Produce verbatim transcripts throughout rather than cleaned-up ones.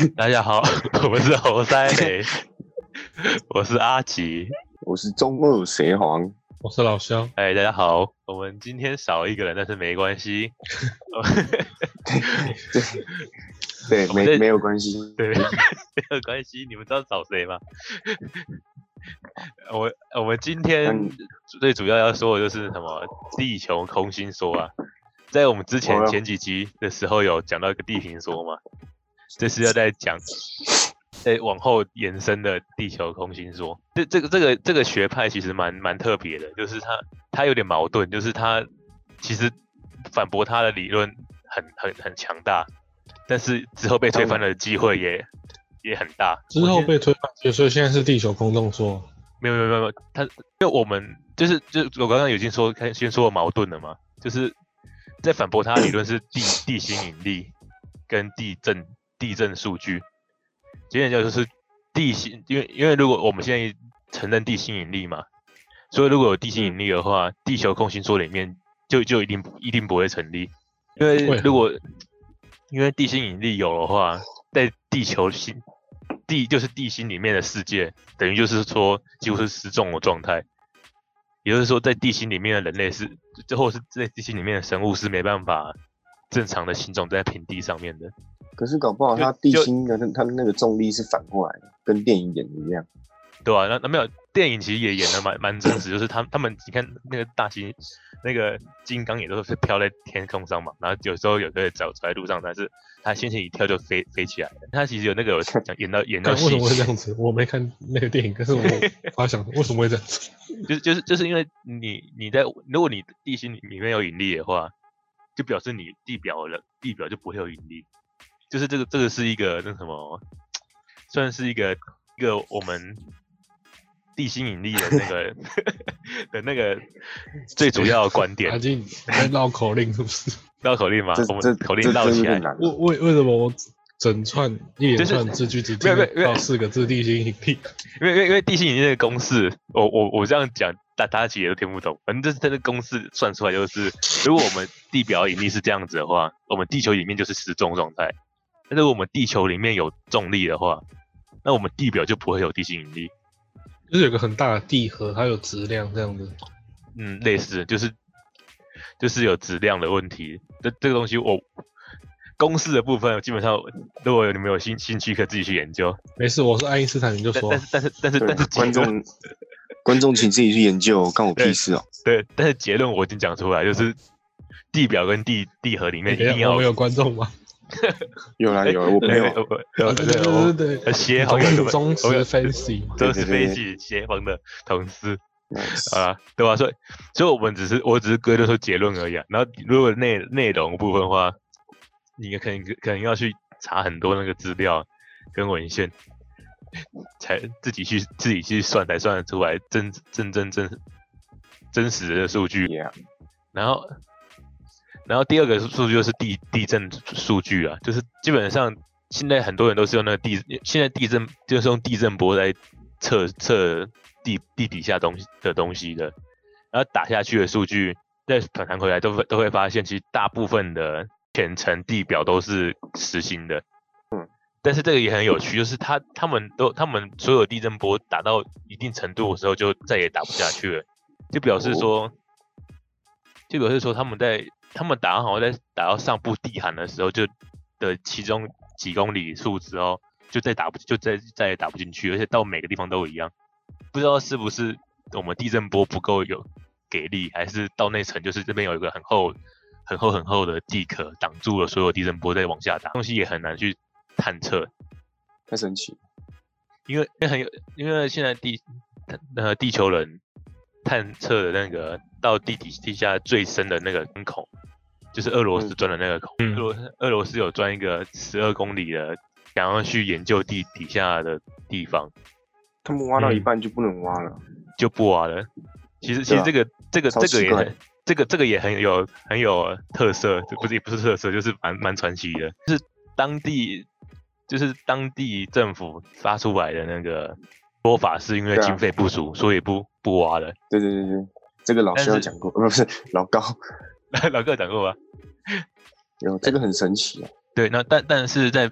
大家好，我们是猴塞雷，我是阿吉， 我是中二邪皇， 我是老肖。 哎，大家好，我们今天少一个人，但是没关系。 对，没没有关系， 对，没有关系。你们知道找谁吗？我我们今天最主要要说的就是什么地球空心说啊，在我们之前前几集的时候有讲到一个地平说嘛，这是要在讲，在往后延伸的地球空心说。这这个这个这个学派其实蛮蛮特别的，就是它它有点矛盾，就是它其实反驳它的理论很很很强大，但是之后被推翻的机会也也很大。 之后被推翻，所以现在是地球空洞说。 没有没有没有，他因为我们就是就是我刚刚已经说先说矛盾了嘛，就是在反驳他的理论是地地心引力跟地震地震数据。简单讲就是地心，因为因为如果我们现在承认地心引力嘛，所以如果有地心引力的话，地球空心说里面就就一定一定不会成立，因为如果因为地心引力有的话，在地球心地就是地心里面的世界，等于就是说几乎是失重的状态，也就是说在地心里面的人类是，或是在地心里面的生物是没办法正常的行走在平地上面的。 可是搞不好它地心的它的那个重力是反过来的，跟电影演的一样。 对啊，那那没有电影其实也演的蛮蛮真实，就是他他们你看那个大型那个金刚也都是飘在天空上嘛，然后有时候有个走走在路上，但是他先前一跳就飞飞起来了。他其实有那个有讲演到演到为什么会这样子？我没看那个电影，可是我发想为什么会这样子？ 就是就是就是因为你你在如果你地心里面有引力的话，就表示你地表了地表就不会有引力，就是这个这个是一个那什么，算是一个一个我们地心引力的那个的那个最主要的观点。 阿金在绕口令是不是？ 绕口令吗？我们口令绕起来。 为为为什么我整串一连串字句只听到四个字地心引力？ 因为因为因为地心引力的公式，我我我这样讲，大大家其实也都听不懂。反正就是它的公式算出来就是，如果我们地表引力是这样子的话，我们地球里面就是失重状态。但是如果我们地球里面有重力的话，那我们地表就不会有地心引力。 就是有个很大的地核，它有质量这样子。 嗯，类似，就是就是有质量的问题。这这个东西我公式的部分，基本上如果你们有兴兴趣，可以自己去研究。 没事，我是爱因斯坦，你就说。 但是但是但是但是观众观众请自己去研究，干我屁事哦。 对，但是结论我已经讲出来，就是地表跟地地核里面一定要。 我们有观众吗？ 有啦有啦，我没有。 对对对对， 协防的忠实分析， 忠实分析协防的同事啊，对吧？所以所以我们只是我只是归类出结论而已啊。然后如果内内容部分的话，你可能可能要去查很多那个资料跟文献，才自己去自己去算才算得出来真真真真真实的数据。 Yeah. 然后。然后第二个数据就是地地震数据啊，就是基本上现在很多人都是用那个地，现在地震就是用地震波来测测地地底下东西的东西的，然后打下去的数据再反弹回来都都会发现，其实大部分的浅层地表都是实心的。 嗯， 但是这个也很有趣，就是他他们都他们所有地震波打到一定程度的时候，就再也打不下去了，就表示说，就表示说他们在。他们打好在打到上部地函的时候，就的其中几公里处之后，就再打不就再再也打不进去，而且到每个地方都一样。不知道是不是我们地震波不够有给力，还是到那层就是这边有一个很厚、很厚、很厚的地壳挡住了所有地震波再往下打，东西也很难去探测。 太神奇， 因为因为很有，因为现在地呃地球人探测的那个到地底地下最深的那个孔。就是俄罗斯钻的那个孔， 嗯、 俄罗斯俄罗斯有钻一个十二公里的，想要去研究地底下的地方。 他们挖到一半就不能挖了， 嗯、就不挖了。其实其实这个、啊、这个这个也很这个这个也很有很有特色，不是也不是特色，就是蛮蛮传奇的。就是当地就是当地政府发出来的那个说法，是因为经费不足，啊、所以不不挖了。 对对对对，这个老师有讲过，不是老高。 老哥讲过吧？ 有这个很神奇啊。 对，那但但是在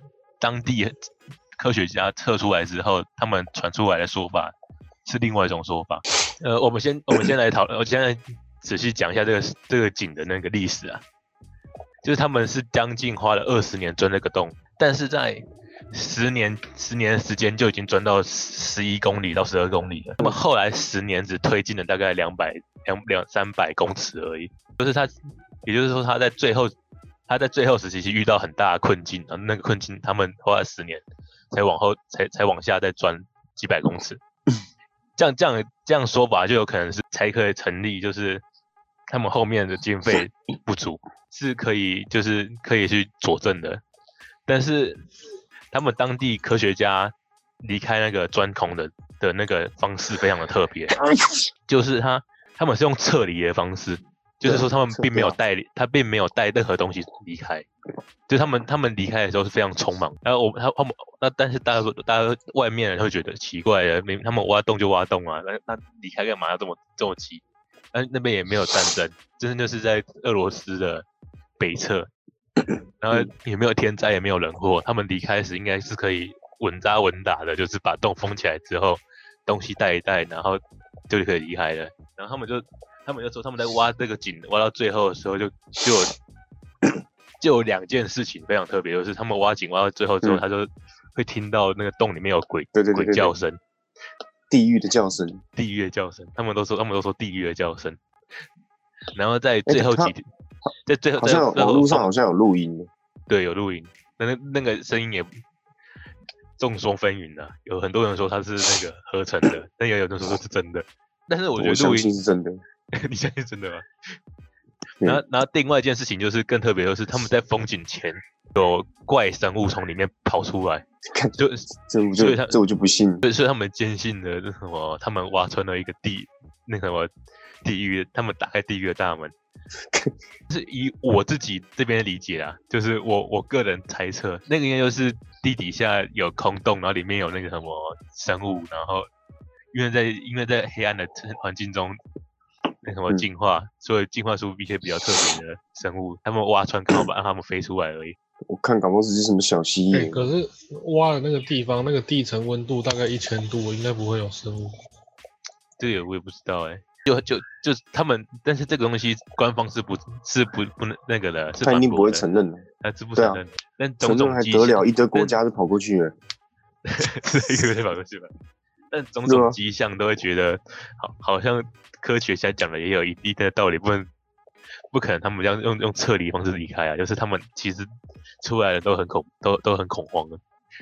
当地科学家测出来之后，他们传出来的说法是另外一种说法。呃，我们先我们先来讨论，我现在仔细讲一下这个这个井的那个历史啊，就是他们是将近花了二十年钻那个洞，但是在十年十年的时间就已经钻到十一公里到十二公里了。那么后来十年只推进了大概两百两两三百公尺而已，就是他，也就是说他在最后他在最后时期遇到很大的困境，然后那个困境他们花了十年才往后才才往下再钻几百公尺。这样这样这样说法就有可能是才可以成立，就是他们后面的经费不足是可以就是可以去佐证的，但是他们当地科学家离开那个钻孔的的那个方式非常的特别，就是他他们是用撤离的方式，就是说他们并没有带他并没有带任何东西离开，就他们他们离开的时候是非常匆忙，然后我他他们那但是大家大家外面人会觉得奇怪的，他们挖洞就挖洞啊，那那离开干嘛要这么这么急？那那边也没有战争，真的就是在俄罗斯的北侧，然后也没有天灾也没有人祸，他们离开时应该是可以稳扎稳打的，就是把洞封起来之后，东西带一带，然后就可以离开了。然后他们就他们就说他们在挖这个井挖到最后的时候就就有就有两件事情非常特别，就是他们挖井挖到最后之后，嗯、他就会听到那个洞里面有鬼对对对对鬼叫声， 地狱的叫声， 地狱的叫声，他们都说他们都说地狱的叫声。然后在最后几天，在最后好像网络上好像有录音的， 对，有录音，那那个声音也众说纷纭啊，有很多人说它是那个合成的，但也有人说是真的。但是我觉得录音是真的， 你相信真的吗？然后，然后另外一件事情就是更特别的是，他们在封井前有怪生物从里面跑出来，就这我就这我就不信。 所以，所以他们坚信的那什么，他们挖穿了一个地那个什么地狱，他们打开地狱的大门。是以我自己这边的理解啊，就是我我个人猜测，那个应该就是地底下有空洞，然后里面有那个什么生物，然后因为在因为在黑暗的环境中。那什么进化，嗯、所以进化出一些比较特别的生物，他们挖穿刚好把让他们飞出来而已。 我看搞不好是什么小蜥蜴、 欸。可是挖的那个地方，那个地层温度大概一千度，应该不会有生物。 这个我也不知道哎、欸，就就就他们，但是这个东西官方是不是不不那个的，是他一定不会承认的， 他是不承认。啊、但种种承认还得了，一堆国家就跑过去了， 一个就跑过去了。但种种迹象都会觉得，好，好像科学家讲的也有一定的道理，不能，不可能他们这样用用撤离方式离开啊，就是他们其实出来的都很恐，都都很恐慌的，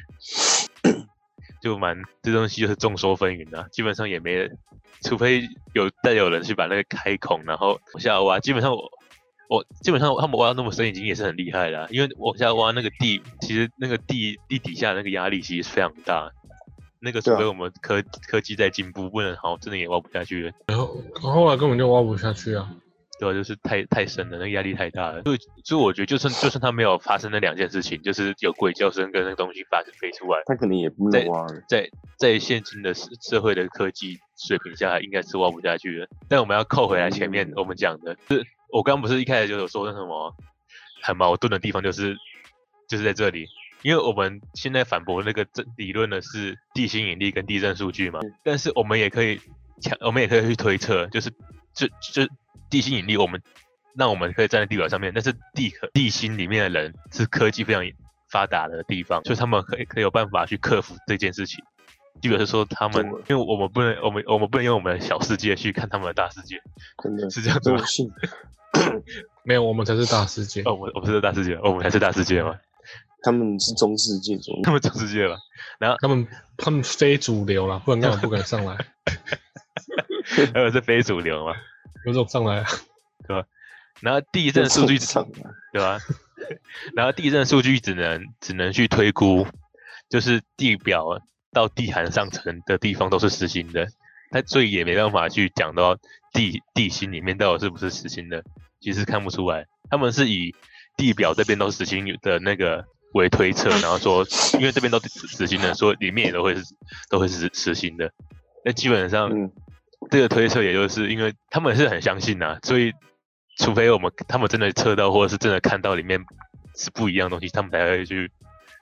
就蛮这东西就是众说纷纭啊，基本上也没人，除非有再有人去把那个开孔，然后往下挖，基本上我我基本上他们挖到那么深已经也是很厉害的、啊，因为往下挖那个地，其实那个地地底下那个压力其实非常大。那个除非我们科、啊、科技在进步，不然好真的也挖不下去了。 然后后来根本就挖不下去啊， 对啊，就是太太深了，那个压力太大了。所以所以我觉得，就算就算他没有发生那两件事情，就是有鬼叫声跟那个东西发飞出来， 他可能也不能挖了。 在在现今的社会的科技水平下，应该是挖不下去的。但我们要扣回来前面我们讲的，是我刚刚不是一开始就有说那什么很矛盾的地方，就是就是在这里。因为我们现在反驳那个理论的是地心引力跟地震数据嘛，但是我们也可以，我们也可以去推测，就是就就地心引力，我们让我们可以站在地表上面，但是地地心里面的人是科技非常发达的地方，所以他们可以可以有办法去克服这件事情。就比如说他们，因为我们不能，我们我们不能用我们的小世界去看他们的大世界， 真的是这样子吗？ 没有，我们才是大世界。 哦，我我不是大世界，我们才是大世界吗？ 他们是中世界左右， 他们中世界吧，然后他们他们非主流啦，不然根本不敢上来。 他们是非主流嘛， 有种上来啊， 对吧？然后地震数据上来， 对吧？然后地震数据只能只能去推估，就是地表到地函上层的地方都是实心的，它所以也没办法去讲到地地心里面到底是不是实心的，其实看不出来，他们是以地表这边都是实心的那个为推测，然后说，因为这边都是实心的，说里面也都会是都会是实心的。那基本上、嗯、这个推测，也就是因为他们是很相信啊，所以除非我们他们真的测到，或者是真的看到里面是不一样的东西，他们才会去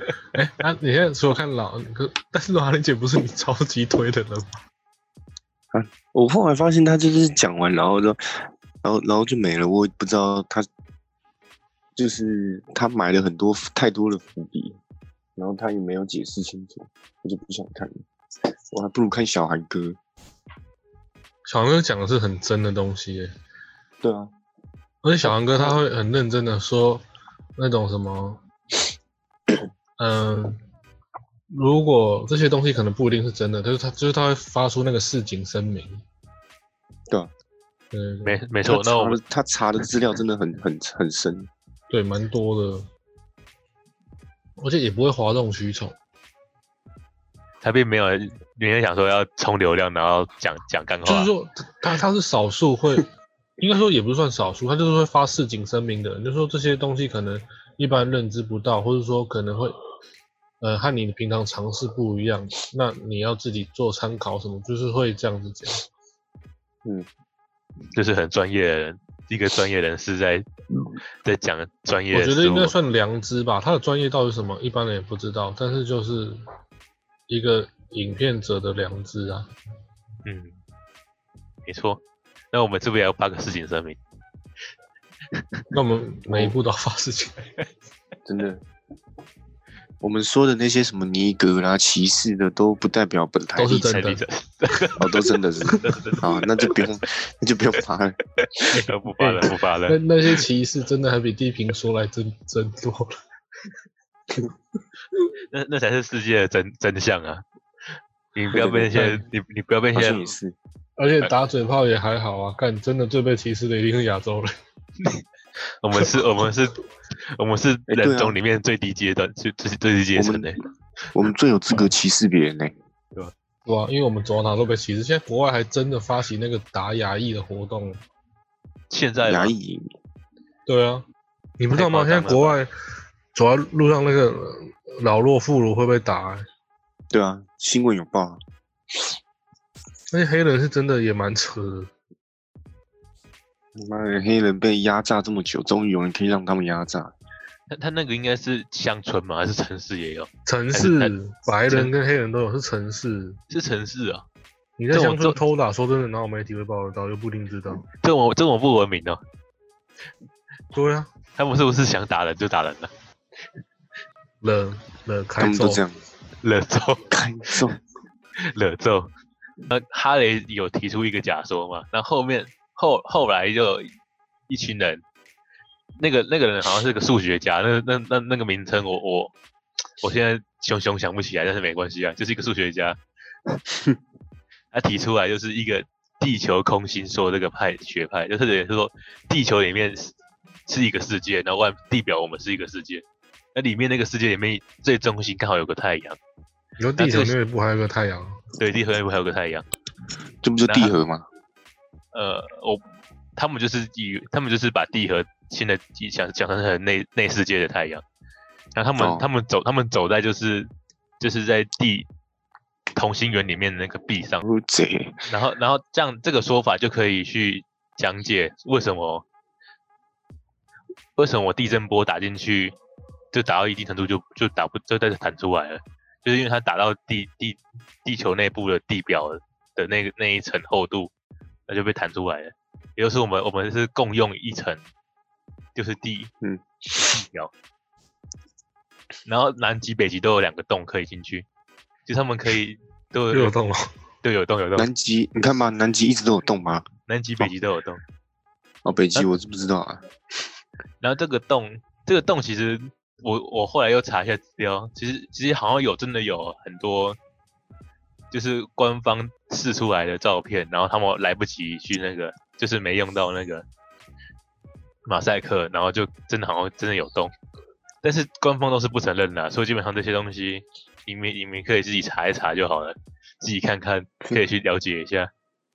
哎、欸，啊，你现在除了看老，可但是马玲姐不是你超级推的人吗？ 啊，我后来发现他就是讲完，然后就，然后然后就没了，我也不知道他就是他埋了很多太多的伏笔，然后他也没有解释清楚，我就不想看了，我还不如看小韩哥。 小韩哥讲的是很真的东西耶。 对啊， 而且小韩哥他会很认真的说那种什么，嗯、呃，如果这些东西可能不一定是真的，就是他就是他会发出那个示警声明。 对啊， 对， 没没错，那我们他查的资料真的很很很深， 对，蛮多的，而且也不会哗众取宠。 他并没有没人想说要冲流量，然后讲讲干话。 就是说，他他是少数会，应该说也不是算少数，他就是会发示警声明的人，就是说这些东西可能一般认知不到，或者说可能会，呃，和你平常尝试不一样，那你要自己做参考什么，就是会这样子讲。 嗯， 就是很专业的人，一个专业人士在在讲专业。 我觉得应该算良知吧，他的专业到底是什么，一般人也不知道，但是就是一个影片者的良知啊。 嗯，没错。那我们是不是也要发个示警声明？ 那我们每一步都要发示警， 真的。我们说的那些什么尼格啦、歧视的，都不代表本台都是真的。 哦，都真的是。好，那就不用，那就不用发了。 不发了，不发了。 那那些歧视真的还比地平说来真真多了。 那那才是世界的真真相啊！你不要被那些你你不要被那些， 而且打嘴炮也还好啊，干真的最被歧视的一定是亚洲人。 我们是，我们是，我们是人种里面最低阶段，最最最低阶层的。 我们最有资格歧视别人呢， 对吧？对啊，因为我们走哪都被歧视。现在国外还真的发起那个打亚裔的活动。 现在亚裔？ 对啊，你不知道吗？现在国外走在路上那个老弱妇孺会被打、欸。 对啊，新闻有报。 那些黑人是真的也蛮扯的。 妈的，黑人被压榨这么久，终于有人可以让他们压榨。 他他那个应该是乡村吗？还是城市也有？ 城市，白人跟黑人都有，是城市。 是城市啊！ 你在乡村偷打，说真的，哪有媒体会报得到？又不一定知道。 这我这我不文明哦。 对啊， 他们是不是想打人就打人了？ 惹惹开他们都这样， 惹揍开揍， 惹揍。那哈雷有提出一个假说嘛？那后面后后来就有一群人。那个那个人好像是个数学家，那那那那个名称我我我现在熊熊想不起来，但是没关系啊，就是一个数学家，他提出来就是一个地球空心说这个派学派，就是等于是说地球里面是一个世界，然后外地表我们是一个世界，那里面那个世界里面最中心刚好有个太阳， 你说地球内部还有个太阳？ 对，地球内部还有个太阳， 这不就地核吗？ 呃，我他们就是以他们就是把地核现在想讲成很内内世界的太阳，然后他们、哦、他们走他们走在就是就是在地同心圆里面的那个壁上，然后然后这样这个说法就可以去讲解为什么为什么我地震波打进去就打到一定程度就就打不就再弹出来了，就是因为它打到地地地球内部的地表的那个那一层厚度，那就被弹出来了，也就是我们我们是共用一层。就是地， 嗯， 地表，然后南极、北极都有两个洞可以进去，就他们可以都有, 有洞了， 对，有洞有洞。 南极，你看嘛，南极一直都有洞吗？ 南极、北极都有洞。 哦，北极我是不知道啊。 然后这个洞，这个洞其实我我后来又查一下资料，其实其实好像有真的有很多，就是官方释出来的照片，然后他们来不及去那个，就是没用到那个。马赛克，然后就真的好像真的有洞，但是官方都是不承认的、啊，所以基本上这些东西，你们你们可以自己查一查就好了，自己看看，可以去了解一下。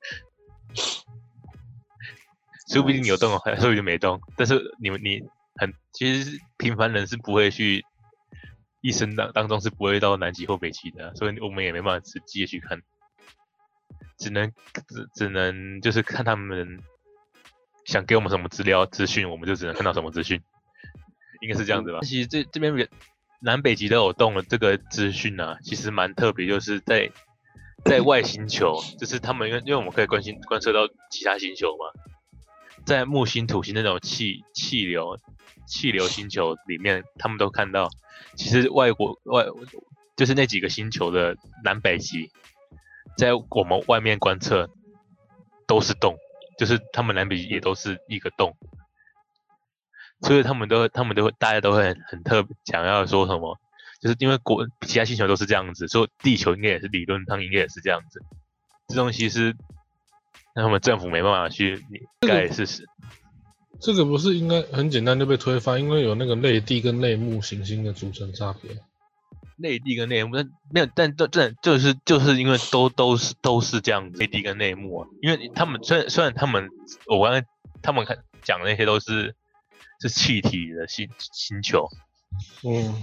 说不定有洞，说不定没洞，但是你们你很其实平凡人是不会去一生当当中是不会到南极或北极的、啊，所以我们也没办法实际的去看，只能只只能就是看他们。想给我们什么资料资讯，我们就只能看到什么资讯，应该是这样子吧。其实这这边人南北极都有洞的这个资讯啊，其实蛮特别，就是在在外星球，就是他们因为因为我们可以关心观测到其他星球嘛，在木星、土星那种气气流气流星球里面，他们都看到，其实外国外就是那几个星球的南北极，在我们外面观测都是洞，就是他们南北极也都是一个洞。所以他们都，他们都会，大家都会很很特想要说什么，就是因为国其他星球都是这样子，所以地球应该也是理论上应该也是这样子。这东西是让他们政府没办法去盖事实。 这个不是应该很简单就被推翻，因为有那个类地跟类木行星的组成差别。 类地跟类木，但没有，但这这就是就是因为都都是都是这样子，类地跟类木啊，因为他们虽然虽然他们我刚才他们看讲的那些都是。是气体的星星球， 嗯，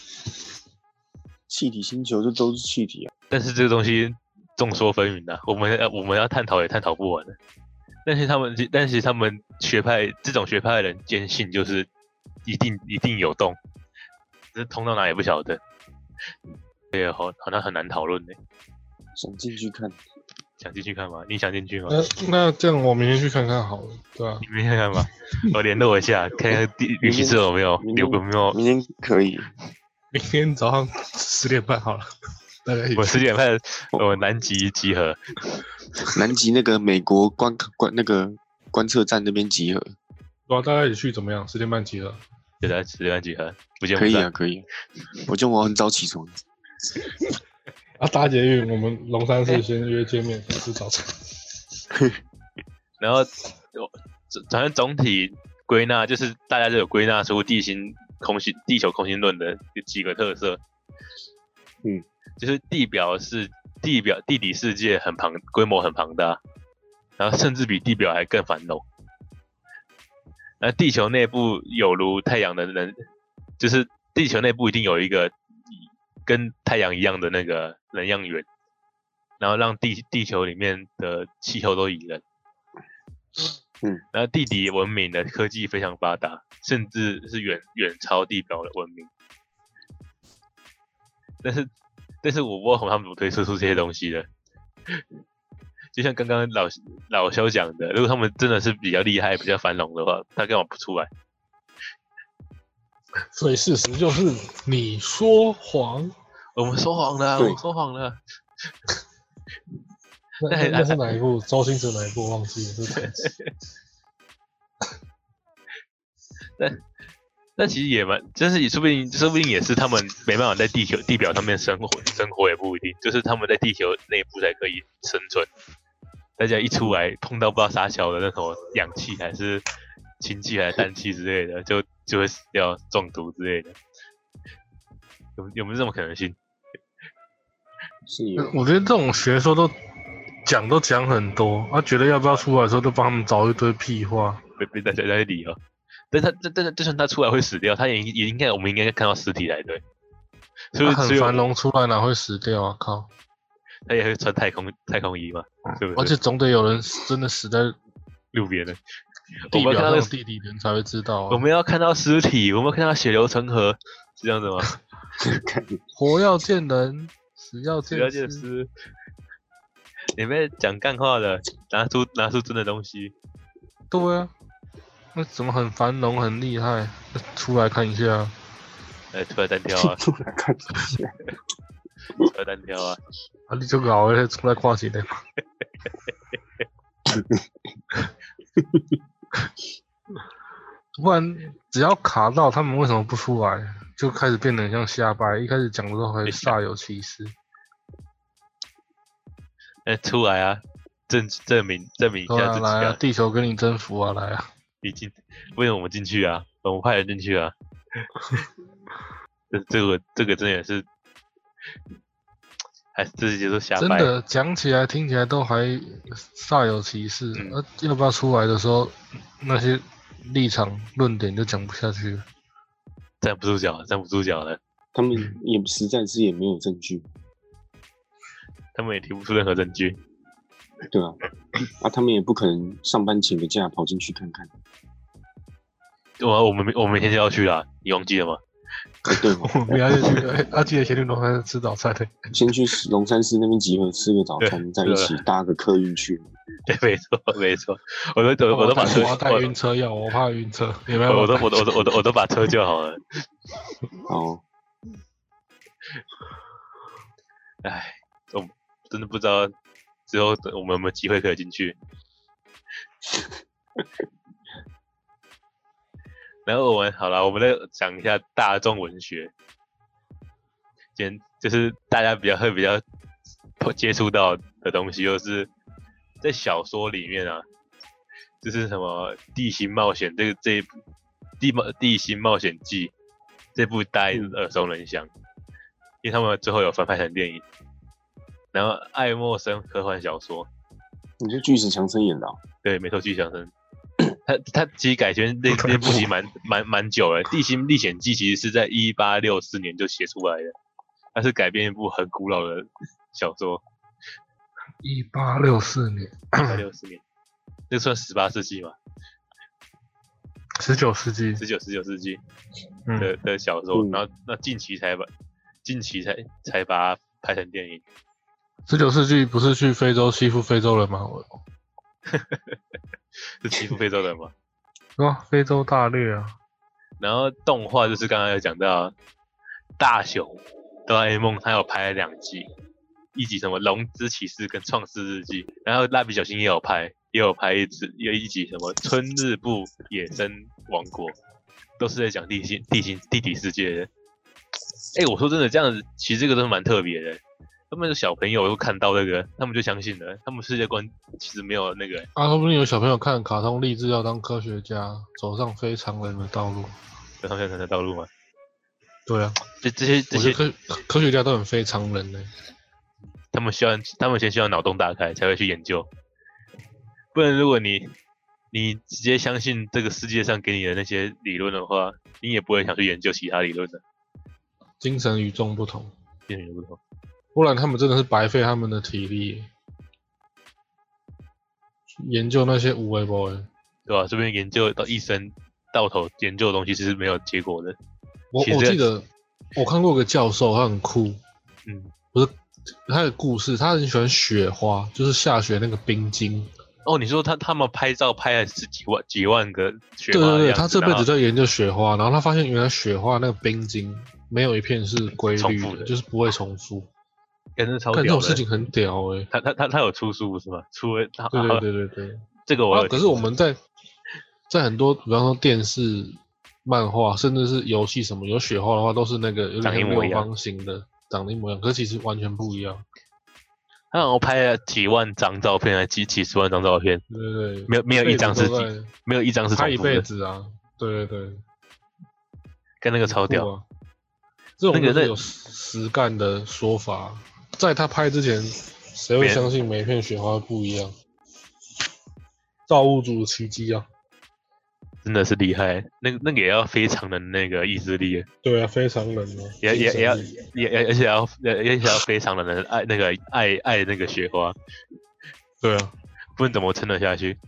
气体星球就都是气体啊。 但是这个东西众说纷纭的、啊，我们要我们要探讨也探讨不完的。但是他们，但是他们学派这种学派的人坚信就是一定一定有洞，只是通到哪也不晓得。对，好好像很难讨论呢。 想进去看。 想进去看吗？你想进去吗？ 那那这样我明天去看看好了，对吧、啊？ 你明天看吗？我联络一下，看看地旅行社有没有有没有。 明天可以。 明天早上十点半好了，大家一起。 我十点半，我南极集合。 南极那个美国观观那个观测站那边集合。 对啊，大家一起去怎么样？十点半集合。 对的，十点半集合，不见不散。 可以啊，可以。我就我很早起床。 啊，搭捷运，我们龙山寺先约见面吃早餐。 然后，反正总体归纳就是大家就有归纳出地心空心地球空心论的几个特色。 嗯， 就是地表是地表地底世界很庞规模很庞大，然后甚至比地表还更繁荣。而地球内部有如太阳的能，就是地球内部一定有一个跟太阳一样的那个能量源，然后让地地球里面的气候都宜人。 嗯， 然后地底文明的科技非常发达，甚至是远远超地表的文明。但是，但是我不知道他们怎么推测出这些东西的。就像刚刚老老肖讲的，如果他们真的是比较厉害、比较繁荣的话，他干嘛不出来？ 所以事实就是你说谎， 我们说谎了，我们说谎了。 那那那是哪一部？周星驰哪一部？忘记了。是但但其实也蛮，就是也说不定，说不定也是他们没办法在地球地表上面生活，生活也不一定，就是他们在地球内部才可以生存。大家一出来碰到不知道啥小的那种氧气还是氢气还是氮气之类的，就就会死掉、中毒之类的。有有没有这种可能性？ 是有。 我觉得这种学说都讲都讲很多，啊，觉得要不要出来的时候都帮他们找一堆屁话， 被被大家在理哦。但他但但就算他出来会死掉，他也也应该我们应该看到尸体才对。所以他很繁荣出来哪会死掉啊？靠！ 他也会穿太空太空衣嘛，对不对？ 而且总得有人真的死在路边的， 地表上的地底人才会知道啊。 我们要看到尸体，我们要看到血流成河，是这样子吗？ 活要见人，死要见尸。死要见尸。你们讲干话的，拿出拿出真的东西。 对啊，那怎么很繁荣很厉害？出来看一下。 来，出来单挑啊！ 出来看一下。 出来单挑啊！ 啊，你就搞了，出来看一下嘛。不然只要卡到他们为什么不出来，就开始变得很像瞎掰。一开始讲的都还煞有其事。 哎，出来啊！证证明证明一下自己啊！ 来啊，地球跟你征服啊！来啊！ 你进，为什么我们进去啊？我们派人进去啊！这这个这个真的也是，还这些都瞎掰。 真的讲起来听起来都还煞有其事。 嗯、 呃，要不要出来的时候，那些立场论点就讲不下去了， 站不住脚，站不住脚了。 他们也实在是也没有证据。 他们也提不出任何证据， 对啊，啊，他们也不可能上班请个假跑进去看看。 我我们我们明天就要去啦，你忘记了吗？ 哎对哦， 我们要先去，哎，要记得先去龙山吃早餐的。 先去龙山寺那边集合吃个早餐，再一起搭个客运去。 对，没错没错，我都我我都把车我要带晕车药，我怕晕车，你们要我我都不要带我都我都我都我都把车救好了。 哦， 唉，我真的不知道之后我们有没有机会可以进去。然后我们好了，我们再讲一下大众文学，今就是大家比较会比较接触到的东西，就是在小说里面啊，就是什么地形冒险这个这一部地冒地形冒险记这部大家耳熟能详，因为他们最后有翻拍成电影。然后爱默生科幻小说， 你说巨石强森演的、哦？ 对，没错，巨石强森。他他其实改编那那部戏蛮蛮蛮久了，《地心历险记》其实是在一八六四年就写出来的，它是改编一部很古老的小说。 一八六四年， 一八六四年，那算十八世纪嘛？ 十九世纪， 十九十九世纪嗯的、的小说， 嗯然后那近期才把近期才才把它拍成电影。 十九世纪不是去非洲欺负非洲人吗？ 是欺负非洲人吗？ 啊，非洲大掠啊！ 然后动画就是刚刚有讲到大雄哆啦 A 梦，他有拍两集，一集什么《龙之骑士》跟《创世日记》，然后蜡笔小新也有拍，也有拍一集，有一集什么《春日部野生王国》，都是在讲地心、地心、地底世界的。哎，我说真的，这样子其实这个都是蛮特别的。他们的小朋友都看到那个，他们就相信了，他们世界观其实没有那个。 啊，说不定有小朋友看卡通立志要当科学家，走上非常人的道路。 走上非常人的道路吗？ 对啊， 这这些这些我觉得科科学家都很非常人呢、欸。 他们需要，他们先需要脑洞大开才会去研究，不然如果你你直接相信这个世界上给你的那些理论的话，你也不会想去研究其他理论的。 精神与众不同， 精神与众不同， 不然他们真的是白费他们的体力、欸，研究那些无为不为， 对吧？这边研究到一生到头研究的东西是没有结果的。 我其实我记得我看过个教授，他很酷， 嗯， 不是他的故事，他很喜欢雪花，就是下雪那个冰晶。 哦，你说他他们拍照拍了十几万几万个雪对对对， 花的样子， 他这辈然后子在研究雪花，然后他发现原来雪花那个冰晶没有一片是规律的， 重复的就是不会重复。 感觉超干这屌的。 种事情很屌哎、欸。 他他他他有出书是吗？出了他对对对对对。 这个我有啊，可是我们在在很多，比方说电视、漫画，甚至是游戏什么有雪花的话，都是那个有点像六方形的，长得一模一样，可是其实完全不一样。 他好像拍了几万张照片，还几几十万张照片， 对对对， 没有没有一张是辈子没有一张是他一重复的辈子啊，对对对， 跟那个超屌。 啊、这种那个就是有实干的说法，在他拍之前，谁会相信每一片雪花不一样？造物主的奇迹啊！ 真的是厉害，那个那个也要非常的那个意志力， 对啊，非常人哦， 也也也要也也而且要而且要非常的人爱那个爱爱那个雪花， 对啊， 不然怎么撑得下去？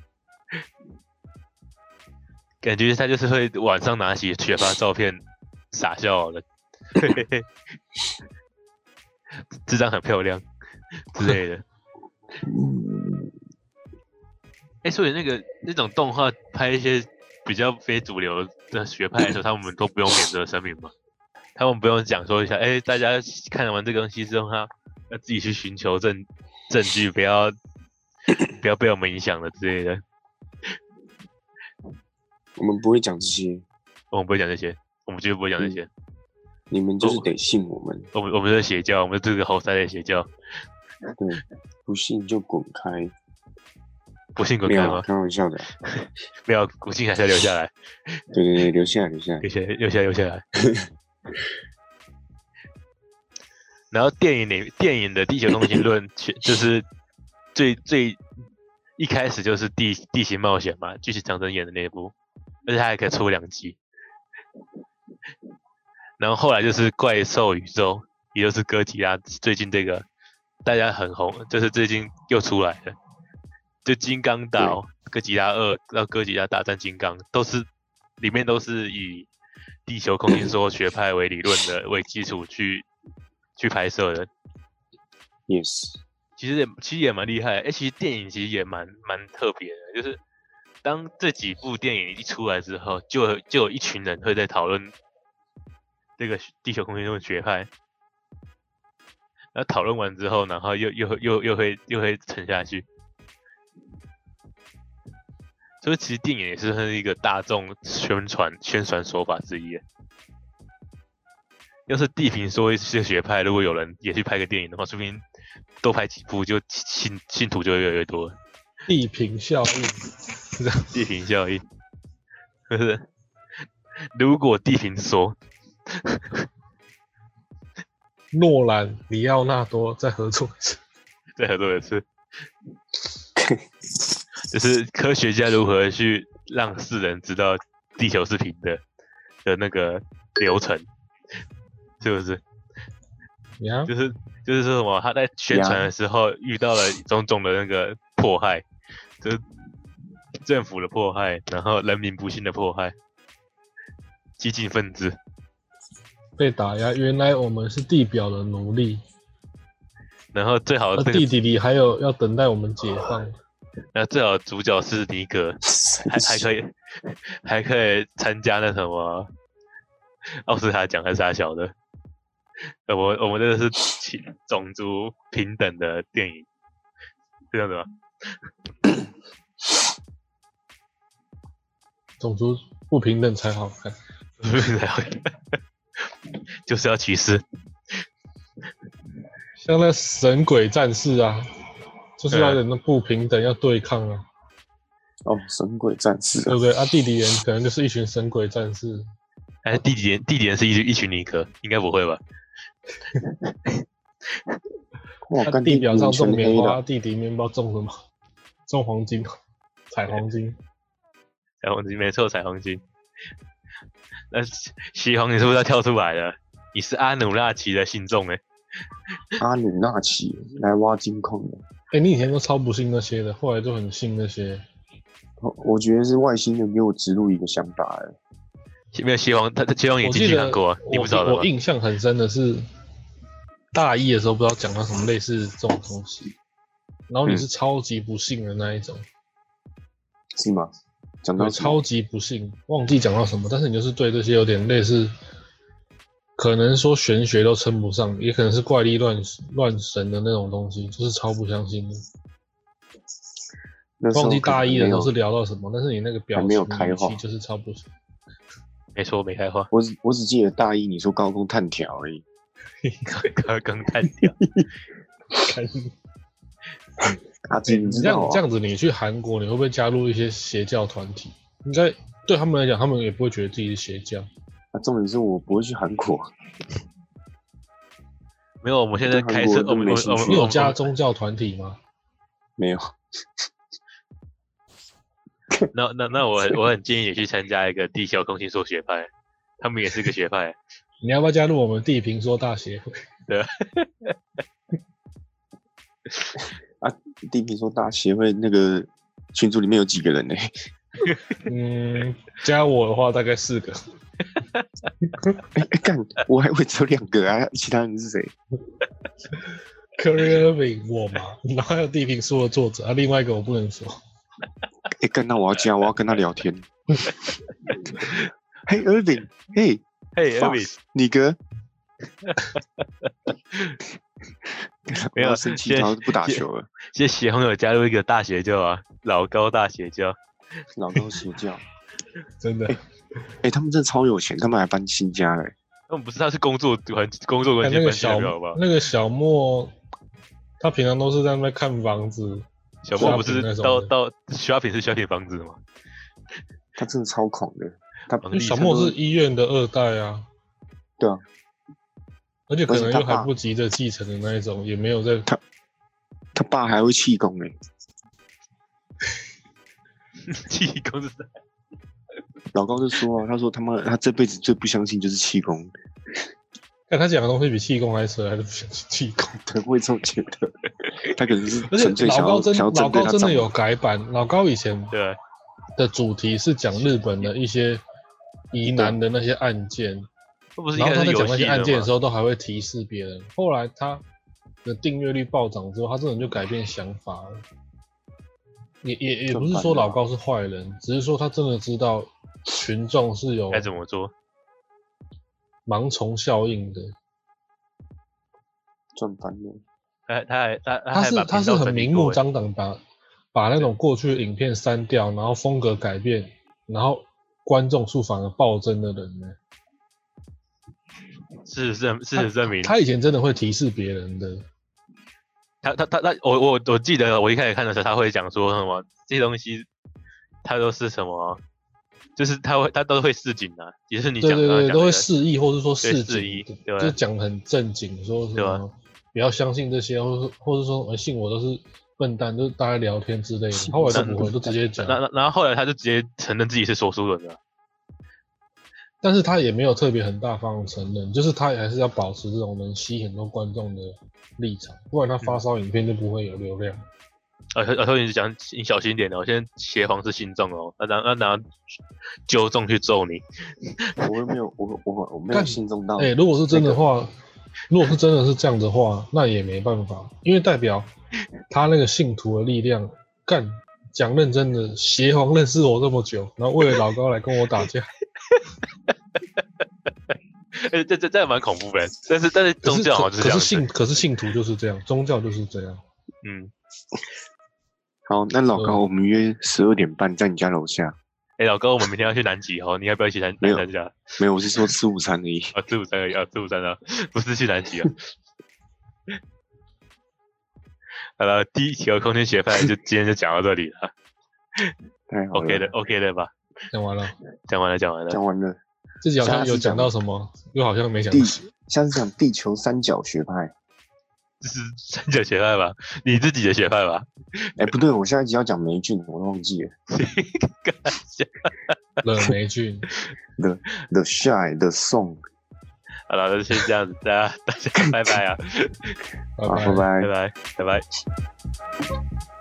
感觉他就是会晚上拿起雪花照片傻笑了，这张很漂亮之类的。哎、欸，所以那个那种动画拍一些比较非主流的学派的时候，他们都不用免责声明吗？他们不用讲说一下，哎、欸，大家看完这个东西之后，他要自己去寻求证证据，不要不要被我们影响了之类的。 我们不会讲这些， 我们不会讲这些，我们绝对不会讲这些。嗯、 你们就是得信我们。 我们我们是邪教，我们是这个猴塞的邪教。 对，不信就滚开。 不信滚开吗？ 开玩笑的。 没有，不信还是要留下来。 对对对，留下来，留下来， 留下来，留下来，留下来。然后电影里，电影的地球通行论就是最最一开始就是地地形冒险嘛，巨石强森演的那一部，而且他还可以出两集。然后后来就是怪兽宇宙，也就是哥吉拉，最近这个大家很红，就是最近又出来了。就金刚岛、哥吉拉二到哥吉拉大战金刚，都是里面都是以地球空间说学派为理论的为基础去去拍摄的。 Yes， 其实也其实也蛮厉害的，哎、欸，其实电影其实也蛮蛮特别的，就是当这几部电影一出来之后，就有就有一群人会在讨论这个地球空间论学派，然后讨论完之后，然后又又又又会又会沉下去。所以其实电影也是一个大众宣传宣传手法之一。要是地平说一些学派，如果有人也去拍个电影的话，说不定多拍几部，就信信徒就会越来越多。 地平效应， 地平效应，就是如果地平说， 诺兰、里奥纳多再合作一次， 再合作一次。就是科学家如何去让世人知道地球是平的的那个流程，是不是？ Yeah. 就是就是说什么，他在宣传的时候遇到了种种的那个迫害，就是政府的迫害，然后人民不幸的迫害，激进分子被打压。原来我们是地表的奴隶， 然后最好的、 那那个、地底里还有要等待我们解放。 那最好的主角是尼格，还还可以还可以参加那什么奥斯卡奖还是啥小的。我我们这个是种族平等的电影，这样子吗？ 种族不平等才好看， 就是要歧视。 像那神鬼战士啊，就是要有点不平等，要对抗啊。 哦，神鬼战士、啊， 对不对？啊，地底人可能就是一群神鬼战士。 还是地底人？地底人是一一群尼克？应该不会吧？ 哇， 啊、地表上种棉花，地底面包种什么？种黄金，采黄金。 彩虹金没错，彩虹金。那西皇，你是不是要跳出来了？你是阿努纳奇的信众哎、 欸。阿努纳奇来挖金矿的。 哎、欸，你以前都超不信那些的，后来就很信那些。 我觉得是外星人给我植入一个想法哎。 没有西皇，他西皇也进去看过啊，你不知道的吗？ 我印象很深的是，大一的时候不知道讲到什么类似这种东西，然后你是超级不信的那一种， 嗯、是吗？讲到超级不信，忘记讲到什么，但是你就是对这些有点类似，可能说玄学都称不上，也可能是怪力乱乱神的那种东西，就是超不相信的。忘记大一的时候是聊到什么，但是你那个表情语气就是超不信。 没错，没开花。 我只我只记得大一你说高空弹条而已。 高空弹条。 阿基，你知道、啊、 这样这样子，你去韩国，你会不会加入一些邪教团体？应该对他们来讲，他们也不会觉得自己是邪教。 啊，重点是我不会去韩国。 没有，我们现在开车，我们我们你有加宗教团体吗？ 没有。 那那那我我很建议你去参加一个地球空心说学派，他们也是个学派。 你要不要加入我们地平说大协会？ 对。 啊，地平说大协会那个群组里面有几个人呢？ 嗯，加我的话大概四个。 哎哎干，我还以为只有两个啊，其他人是谁 ？Kyrie Irving 我嘛，然后还有地平说的作者啊，另外一个我不能说。 哎，干，那我要加，我要跟他聊天。嘿 ，Irving， 嘿， 嘿 ，Irving， 你哥。 没有生气，他不打球了。 谢谢红友加入一个大邪教啊，老高大邪教， 老高邪教， 真的。 哎、欸欸，他们真的超有钱，他们还搬新家了、欸。 他们不是，他是工作环工作关系搬新家，好不好？ 那个小莫，他平常都是在那边看房子。 小莫不是到到 shopping 是 shopping 房子吗？ 他真的超狂的。他小莫是医院的二代啊。 对啊。 而且可能又还不急着继承的那一种，也没有在他他爸还会气功哎、 欸，气功是啥？ 老高就说啊，他说他妈他这辈子最不相信就是气功。 看他讲的东西比气功还扯，还是不相信气功？ 对，我也这么觉得。他可能是而且老高真老高真的有改版，老高以前对的主题是讲日本的一些疑难的那些案件， 不是一然后他在讲开始是游戏那些案件的吗时候，都还会提示别人。后来他的订阅率暴涨之后，他真的就改变想法了。也也也不是说老高是坏人，只是说他真的知道群众是有该怎么做， 盲从效应的。 赚翻了。 他他还他他是他是很明目张胆把把那种过去的影片删掉，然后风格改变，然后观众数反而暴增的人呢。 事实证事实证明， 他以前真的会提示别人的。 他他他他，我我我记得我一开始看的时候，他会讲说什么这些东西，他都是什么，就是他会他都会示警的，也是你讲的， 对对对， 讲都会示意，或者说示警， 对， 就讲很正经，说什么不要相信这些，或者或者说信我都是笨蛋，就是大家聊天之类的。后来都不会，都直接讲。 然后然后后来他就直接承认自己是说书人了。 但是他也没有特别很大方的承认，就是他还是要保持这种能吸很多观众的立场，不然他发烧影片就不会有流量。 呃，而且你讲你小心一点哦，我现在协皇是信众哦，那拿那拿纠众去揍你。 我又没有，我我我没有信众到。 哎、欸，如果是真的话，如果是真的是这样的话，那也没办法，因为代表他那个信徒的力量。干讲认真的，协皇认识我这么久，然后为了老高来跟我打架。 哎，这这这蛮恐怖的，但是但是宗教好像可是信可是信徒就是这样，宗教就是这样。 嗯， 好，那老高，我们约十二点半在你家楼下。 哎、欸，老高，我们明天要去南极哦，你要不要一起来南极啊？ 没有，我是说吃午餐而已。 啊，吃午餐而已啊，吃午餐啊，不是去南极啊。好了，第一期的空间学派就今天就讲到这里了。 太好了 ，OK 的 ，OK 的吧？ 讲完了， 讲完了，讲完了， 讲完了。 自己好像有讲到什么，又好像没讲。 下次讲地球三角学派， 这是三角学派吧？你自己的学派吧？ 哎、欸，不对，我下一集要讲霉菌，我都忘记了。 了霉菌 ，the the shy the song。 好了，那就先这样子，大家大家拜拜啊！ 拜拜拜拜拜拜拜。